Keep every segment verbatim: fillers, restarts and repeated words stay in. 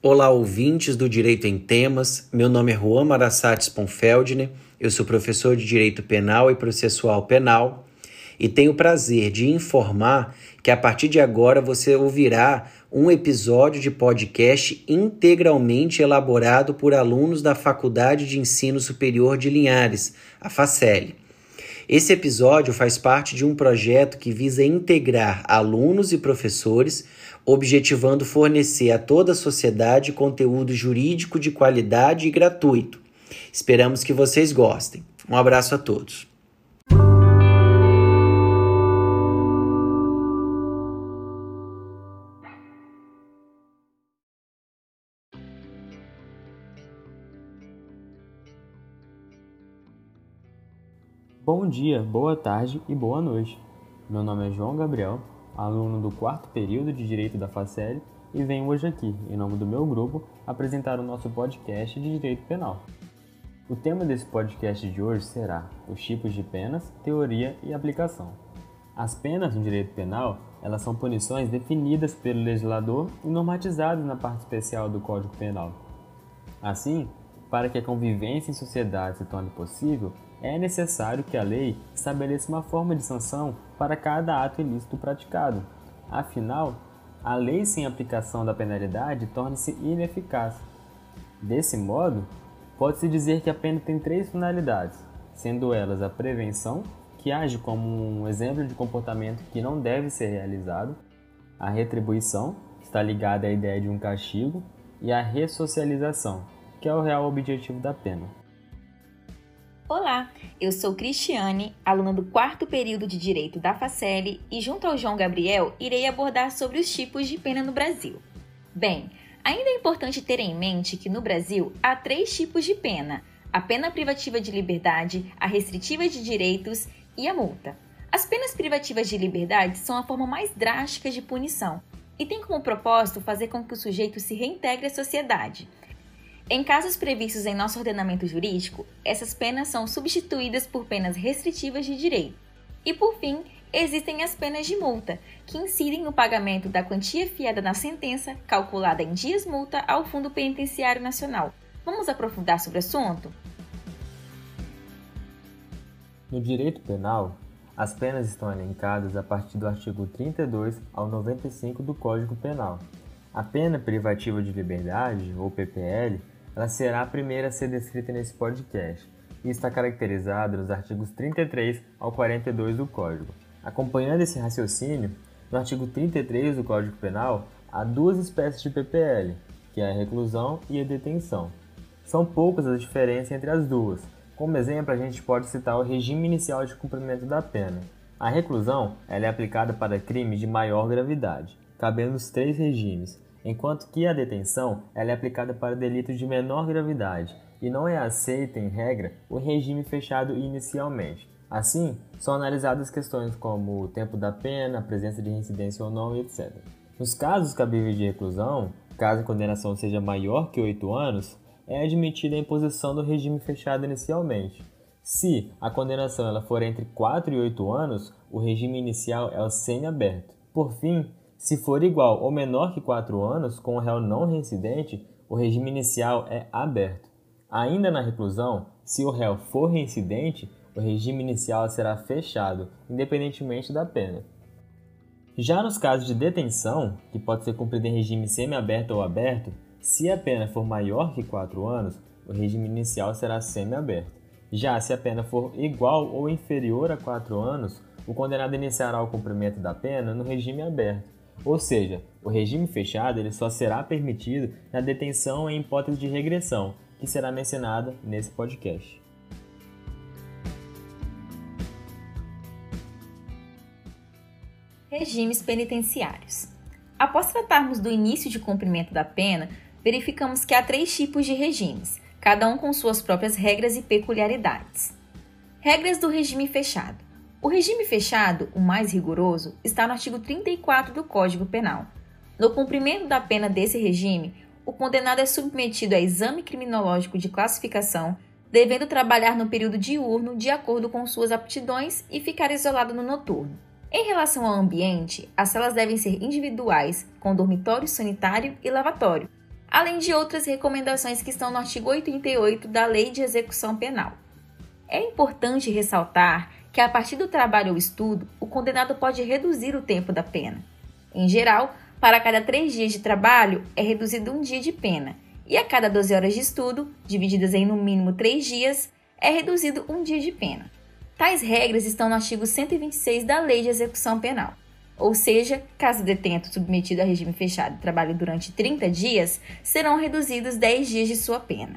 Olá, ouvintes do Direito em Temas. Meu nome é Juan Marassates Ponfeldner, eu sou professor de Direito Penal e Processual Penal e tenho o prazer de informar que a partir de agora você ouvirá um episódio de podcast integralmente elaborado por alunos da Faculdade de Ensino Superior de Linhares, a Faceli. Esse episódio faz parte de um projeto que visa integrar alunos e professores, objetivando fornecer a toda a sociedade conteúdo jurídico de qualidade e gratuito. Esperamos que vocês gostem. Um abraço a todos. Bom dia, boa tarde e boa noite. Meu nome é João Gabriel, aluno do quarto período de Direito da Faceli, e venho hoje aqui, em nome do meu grupo, apresentar o nosso podcast de Direito Penal. O tema desse podcast de hoje será os tipos de penas, teoria e aplicação. As penas no direito penal, elas são punições definidas pelo legislador e normatizadas na parte especial do Código Penal. Assim, para que a convivência em sociedade se torne possível, é necessário que a lei estabeleça uma forma de sanção para cada ato ilícito praticado. Afinal, a lei sem aplicação da penalidade torna-se ineficaz. Desse modo, pode-se dizer que a pena tem três finalidades, sendo elas a prevenção, que age como um exemplo de comportamento que não deve ser realizado, a retribuição, que está ligada à ideia de um castigo, e a ressocialização, que é o real objetivo da pena. Olá, eu sou Cristiane, aluna do quarto período de Direito da Faceli e junto ao João Gabriel irei abordar sobre os tipos de pena no Brasil. Bem, ainda é importante ter em mente que no Brasil há três tipos de pena: a pena privativa de liberdade, a restritiva de direitos e a multa. As penas privativas de liberdade são a forma mais drástica de punição e têm como propósito fazer com que o sujeito se reintegre à sociedade. Em casos previstos em nosso ordenamento jurídico, essas penas são substituídas por penas restritivas de direito. E, por fim, existem as penas de multa, que incidem no pagamento da quantia fiada na sentença, calculada em dias multa, ao Fundo Penitenciário Nacional. Vamos aprofundar sobre o assunto? No direito penal, as penas estão elencadas a partir do artigo trinta e dois ao noventa e cinco do Código Penal. A pena privativa de liberdade, ou P P L, ela será a primeira a ser descrita nesse podcast e está caracterizada nos artigos trinta e três ao quarenta e dois do Código. Acompanhando esse raciocínio, no artigo trinta e três do Código Penal, há duas espécies de P P L, que é a reclusão e a detenção. São poucas as diferenças entre as duas. Como exemplo, a gente pode citar o regime inicial de cumprimento da pena. A reclusão ela é aplicada para crimes de maior gravidade, cabendo nos três regimes, enquanto que a detenção ela é aplicada para delitos de menor gravidade e não é aceita, em regra, o regime fechado inicialmente. Assim, são analisadas questões como o tempo da pena, a presença de reincidência ou não, etcétera. Nos casos cabíveis de reclusão, caso a condenação seja maior que oito anos, é admitida a imposição do regime fechado inicialmente. Se a condenação ela for entre quatro e oito anos, o regime inicial é o semiaberto. Por fim, se for igual ou menor que quatro anos, com o réu não reincidente, o regime inicial é aberto. Ainda na reclusão, se o réu for reincidente, o regime inicial será fechado, independentemente da pena. Já nos casos de detenção, que pode ser cumprida em regime semiaberto ou aberto, se a pena for maior que quatro anos, o regime inicial será semiaberto. Já se a pena for igual ou inferior a quatro anos, o condenado iniciará o cumprimento da pena no regime aberto. Ou seja, o regime fechado ele só será permitido na detenção em hipótese de regressão, que será mencionada nesse podcast. Regimes penitenciários. Após tratarmos do início de cumprimento da pena, verificamos que há três tipos de regimes, cada um com suas próprias regras e peculiaridades. Regras do regime fechado. O regime fechado, o mais rigoroso, está no artigo trinta e quatro do Código Penal. No cumprimento da pena desse regime, o condenado é submetido a exame criminológico de classificação, devendo trabalhar no período diurno de acordo com suas aptidões e ficar isolado no noturno. Em relação ao ambiente, as celas devem ser individuais, com dormitório sanitário e lavatório, além de outras recomendações que estão no artigo oitenta e oito da Lei de Execução Penal. É importante ressaltar que, a partir do trabalho ou estudo, o condenado pode reduzir o tempo da pena. Em geral, para cada três dias de trabalho, é reduzido um dia de pena, e a cada doze horas de estudo, divididas em no mínimo três dias, é reduzido um dia de pena. Tais regras estão no artigo cento e vinte e seis da Lei de Execução Penal. Ou seja, caso o detento submetido a regime fechado trabalhe durante trinta dias, serão reduzidos dez dias de sua pena.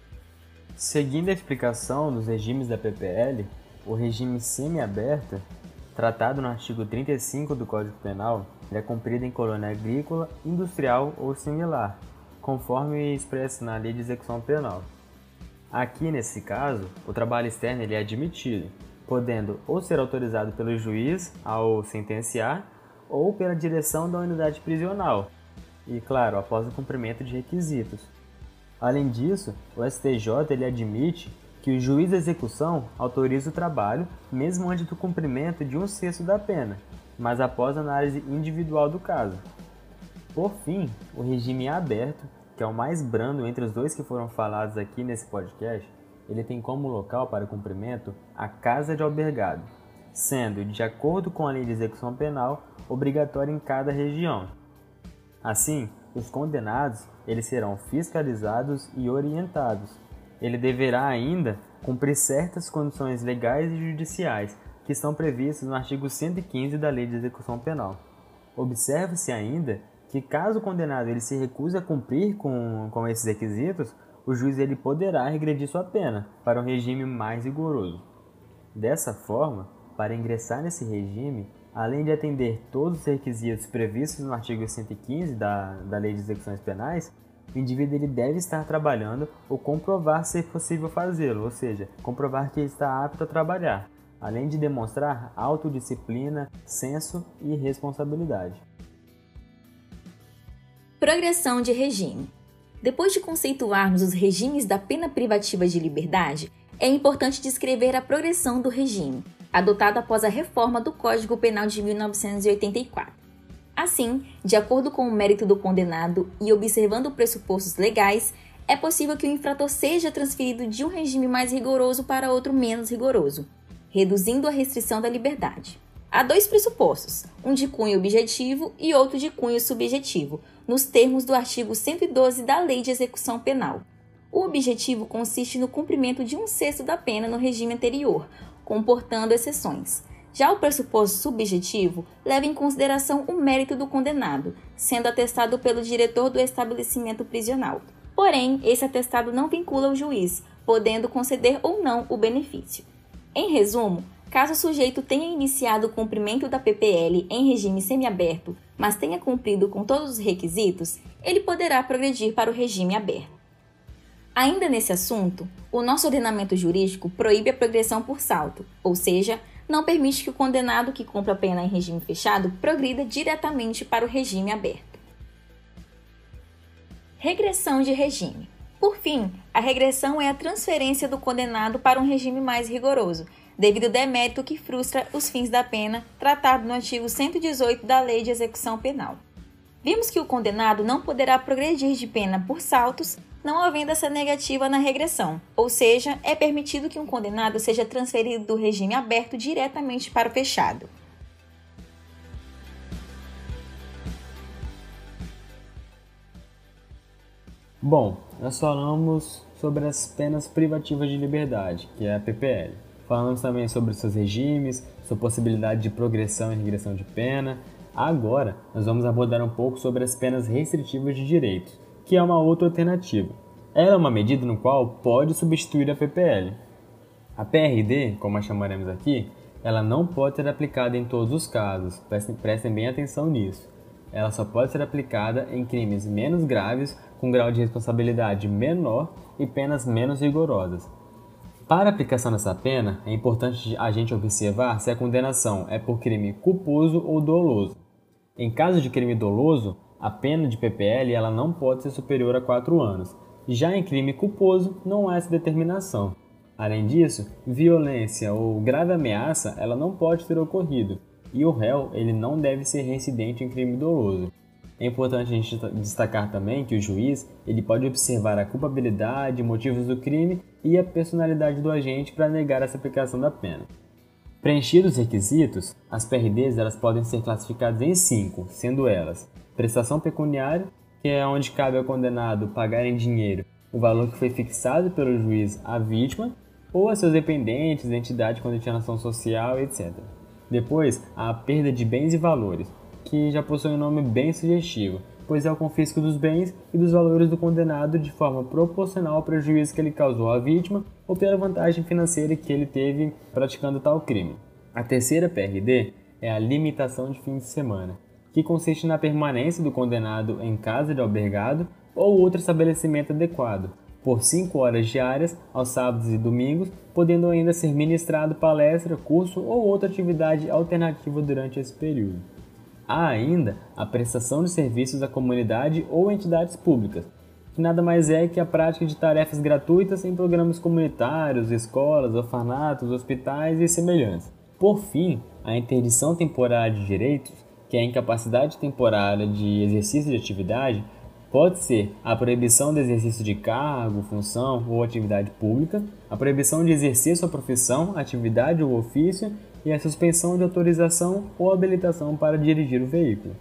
Seguindo a explicação dos regimes da P P L, o regime semiaberto, tratado no artigo trinta e cinco do Código Penal, é cumprido em colônia agrícola, industrial ou similar, conforme expresso na Lei de Execução Penal. Aqui, nesse caso, o trabalho externo ele é admitido, podendo ou ser autorizado pelo juiz ao sentenciar ou pela direção da unidade prisional, e, claro, após o cumprimento de requisitos. Além disso, o S T J ele admite que o juiz da execução autoriza o trabalho mesmo antes do cumprimento de um sexto da pena, mas após análise individual do caso. Por fim, o regime aberto, que é o mais brando entre os dois que foram falados aqui nesse podcast, ele tem como local para cumprimento a casa de albergado, sendo, de acordo com a Lei de Execução Penal, obrigatório em cada região. Assim, os condenados eles serão fiscalizados e orientados. Ele deverá ainda cumprir certas condições legais e judiciais que estão previstas no artigo cento e quinze da Lei de Execução Penal. Observe-se ainda que, caso o condenado ele se recuse a cumprir com, com esses requisitos, o juiz ele poderá regredir sua pena para um regime mais rigoroso. Dessa forma, para ingressar nesse regime, além de atender todos os requisitos previstos no artigo cento e quinze da, da Lei de Execuções Penais, o indivíduo ele deve estar trabalhando ou comprovar ser possível fazê-lo, ou seja, comprovar que ele está apto a trabalhar, além de demonstrar autodisciplina, senso e responsabilidade. Progressão de regime. Depois de conceituarmos os regimes da pena privativa de liberdade, é importante descrever a progressão do regime, adotado após a reforma do Código Penal de mil novecentos e oitenta e quatro. Assim, de acordo com o mérito do condenado e observando pressupostos legais, é possível que o infrator seja transferido de um regime mais rigoroso para outro menos rigoroso, reduzindo a restrição da liberdade. Há dois pressupostos, um de cunho objetivo e outro de cunho subjetivo, nos termos do artigo cento e doze da Lei de Execução Penal. O objetivo consiste no cumprimento de um sexto da pena no regime anterior, comportando exceções. Já o pressuposto subjetivo leva em consideração o mérito do condenado, sendo atestado pelo diretor do estabelecimento prisional. Porém, esse atestado não vincula o juiz, podendo conceder ou não o benefício. Em resumo, caso o sujeito tenha iniciado o cumprimento da P P L em regime semiaberto, mas tenha cumprido com todos os requisitos, ele poderá progredir para o regime aberto. Ainda nesse assunto, o nosso ordenamento jurídico proíbe a progressão por salto, ou seja, não permite que o condenado que cumpra a pena em regime fechado progrida diretamente para o regime aberto. Regressão de regime. Por fim, a regressão é a transferência do condenado para um regime mais rigoroso, devido ao demérito que frustra os fins da pena, tratado no artigo cento e dezoito da Lei de Execução Penal. Vimos que o condenado não poderá progredir de pena por saltos, não havendo essa negativa na regressão, ou seja, é permitido que um condenado seja transferido do regime aberto diretamente para o fechado. Bom, nós falamos sobre as penas privativas de liberdade, que é a P P L. Falamos também sobre seus regimes, sua possibilidade de progressão e regressão de pena. Agora, nós vamos abordar um pouco sobre as penas restritivas de direitos, que é uma outra alternativa. Ela é uma medida no qual pode substituir a P P L. A P R D, como a chamaremos aqui, ela não pode ser aplicada em todos os casos, prestem, prestem bem atenção nisso. Ela só pode ser aplicada em crimes menos graves, com grau de responsabilidade menor e penas menos rigorosas. Para a aplicação dessa pena, é importante a gente observar se a condenação é por crime culposo ou doloso. Em caso de crime doloso, a pena de P P L ela não pode ser superior a quatro anos. Já em crime culposo, não há essa determinação. Além disso, violência ou grave ameaça ela não pode ter ocorrido, e o réu ele não deve ser reincidente em crime doloso. É importante a gente destacar também que o juiz ele pode observar a culpabilidade, motivos do crime e a personalidade do agente para negar essa aplicação da pena. Preenchidos os requisitos, as P R Ds elas podem ser classificadas em cinco, sendo elas prestação pecuniária, que é onde cabe ao condenado pagar em dinheiro o valor que foi fixado pelo juiz à vítima ou a seus dependentes, entidade com destinação social, etcétera. Depois, a perda de bens e valores, que já possui um nome bem sugestivo, pois é o confisco dos bens e dos valores do condenado de forma proporcional ao prejuízo que ele causou à vítima ou pela vantagem financeira que ele teve praticando tal crime. A terceira P R D é a limitação de fim de semana, que consiste na permanência do condenado em casa de albergado ou outro estabelecimento adequado, por cinco horas diárias, aos sábados e domingos, podendo ainda ser ministrado palestra, curso ou outra atividade alternativa durante esse período. Há ainda a prestação de serviços à comunidade ou entidades públicas, que nada mais é que a prática de tarefas gratuitas em programas comunitários, escolas, orfanatos, hospitais e semelhantes. Por fim, a interdição temporária de direitos, que é a incapacidade temporária de exercício de atividade, pode ser a proibição do exercício de cargo, função ou atividade pública, a proibição de exercer sua profissão, atividade ou ofício e a suspensão de autorização ou habilitação para dirigir o veículo.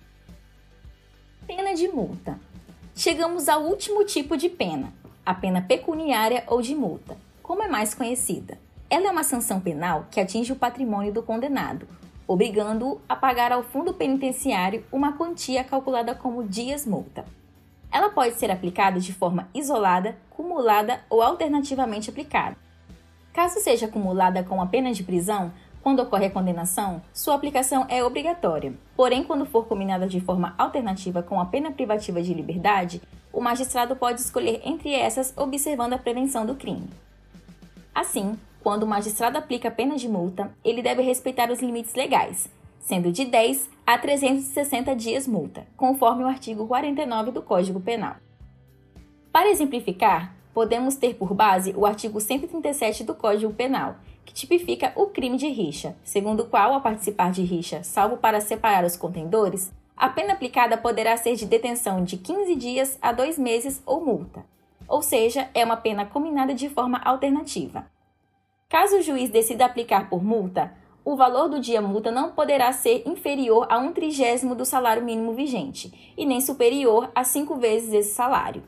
Pena de multa. Chegamos ao último tipo de pena, a pena pecuniária ou de multa, como é mais conhecida. Ela é uma sanção penal que atinge o patrimônio do condenado, obrigando-o a pagar ao fundo penitenciário uma quantia calculada como dias-multa. Ela pode ser aplicada de forma isolada, cumulada ou alternativamente aplicada. Caso seja acumulada com a pena de prisão, quando ocorre a condenação, sua aplicação é obrigatória. Porém, quando for combinada de forma alternativa com a pena privativa de liberdade, o magistrado pode escolher entre essas observando a prevenção do crime. Assim, quando o magistrado aplica a pena de multa, ele deve respeitar os limites legais, sendo de dez a trezentos e sessenta dias multa, conforme o artigo quarenta e nove do Código Penal. Para exemplificar, podemos ter por base o artigo cento e trinta e sete do Código Penal, que tipifica o crime de rixa, segundo o qual, ao participar de rixa, salvo para separar os contendores, a pena aplicada poderá ser de detenção de quinze dias a dois meses ou multa, ou seja, é uma pena combinada de forma alternativa. Caso o juiz decida aplicar por multa, o valor do dia-multa não poderá ser inferior a um trigésimo do salário mínimo vigente e nem superior a cinco vezes esse salário.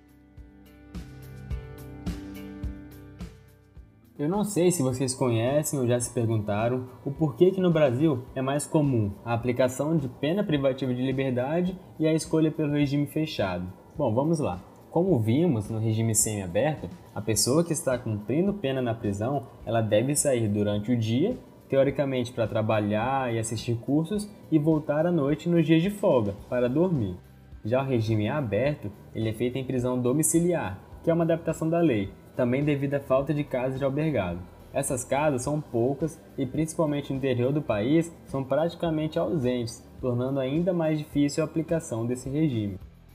Eu não sei se vocês conhecem ou já se perguntaram o porquê que no Brasil é mais comum a aplicação de pena privativa de liberdade e a escolha pelo regime fechado. Bom, vamos lá. Como vimos no regime semiaberto, a pessoa que está cumprindo pena na prisão, ela deve sair durante o dia, teoricamente para trabalhar e assistir cursos, e voltar à noite nos dias de folga, para dormir. Já o regime aberto, ele é feito em prisão domiciliar, que é uma adaptação da lei, também devido à falta de casas de albergado. Essas casas são poucas e, principalmente no interior do país, são praticamente ausentes, tornando ainda mais difícil a aplicação desse regime.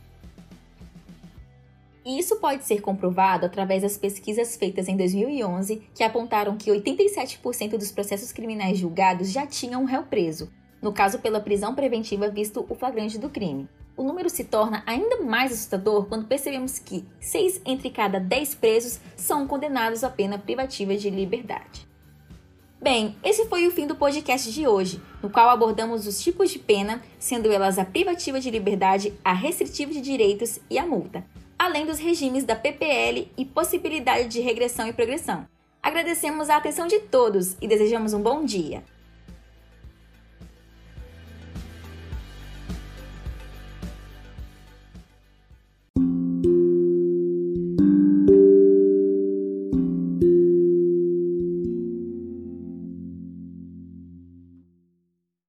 E isso pode ser comprovado através das pesquisas feitas em dois mil e onze, que apontaram que oitenta e sete por cento dos processos criminais julgados já tinham um réu preso, no caso pela prisão preventiva visto o flagrante do crime. O número se torna ainda mais assustador quando percebemos que seis entre cada dez presos são condenados à pena privativa de liberdade. Bem, esse foi o fim do podcast de hoje, no qual abordamos os tipos de pena, sendo elas a privativa de liberdade, a restritiva de direitos e a multa, além dos regimes da P P L e possibilidade de regressão e progressão. Agradecemos a atenção de todos e desejamos um bom dia.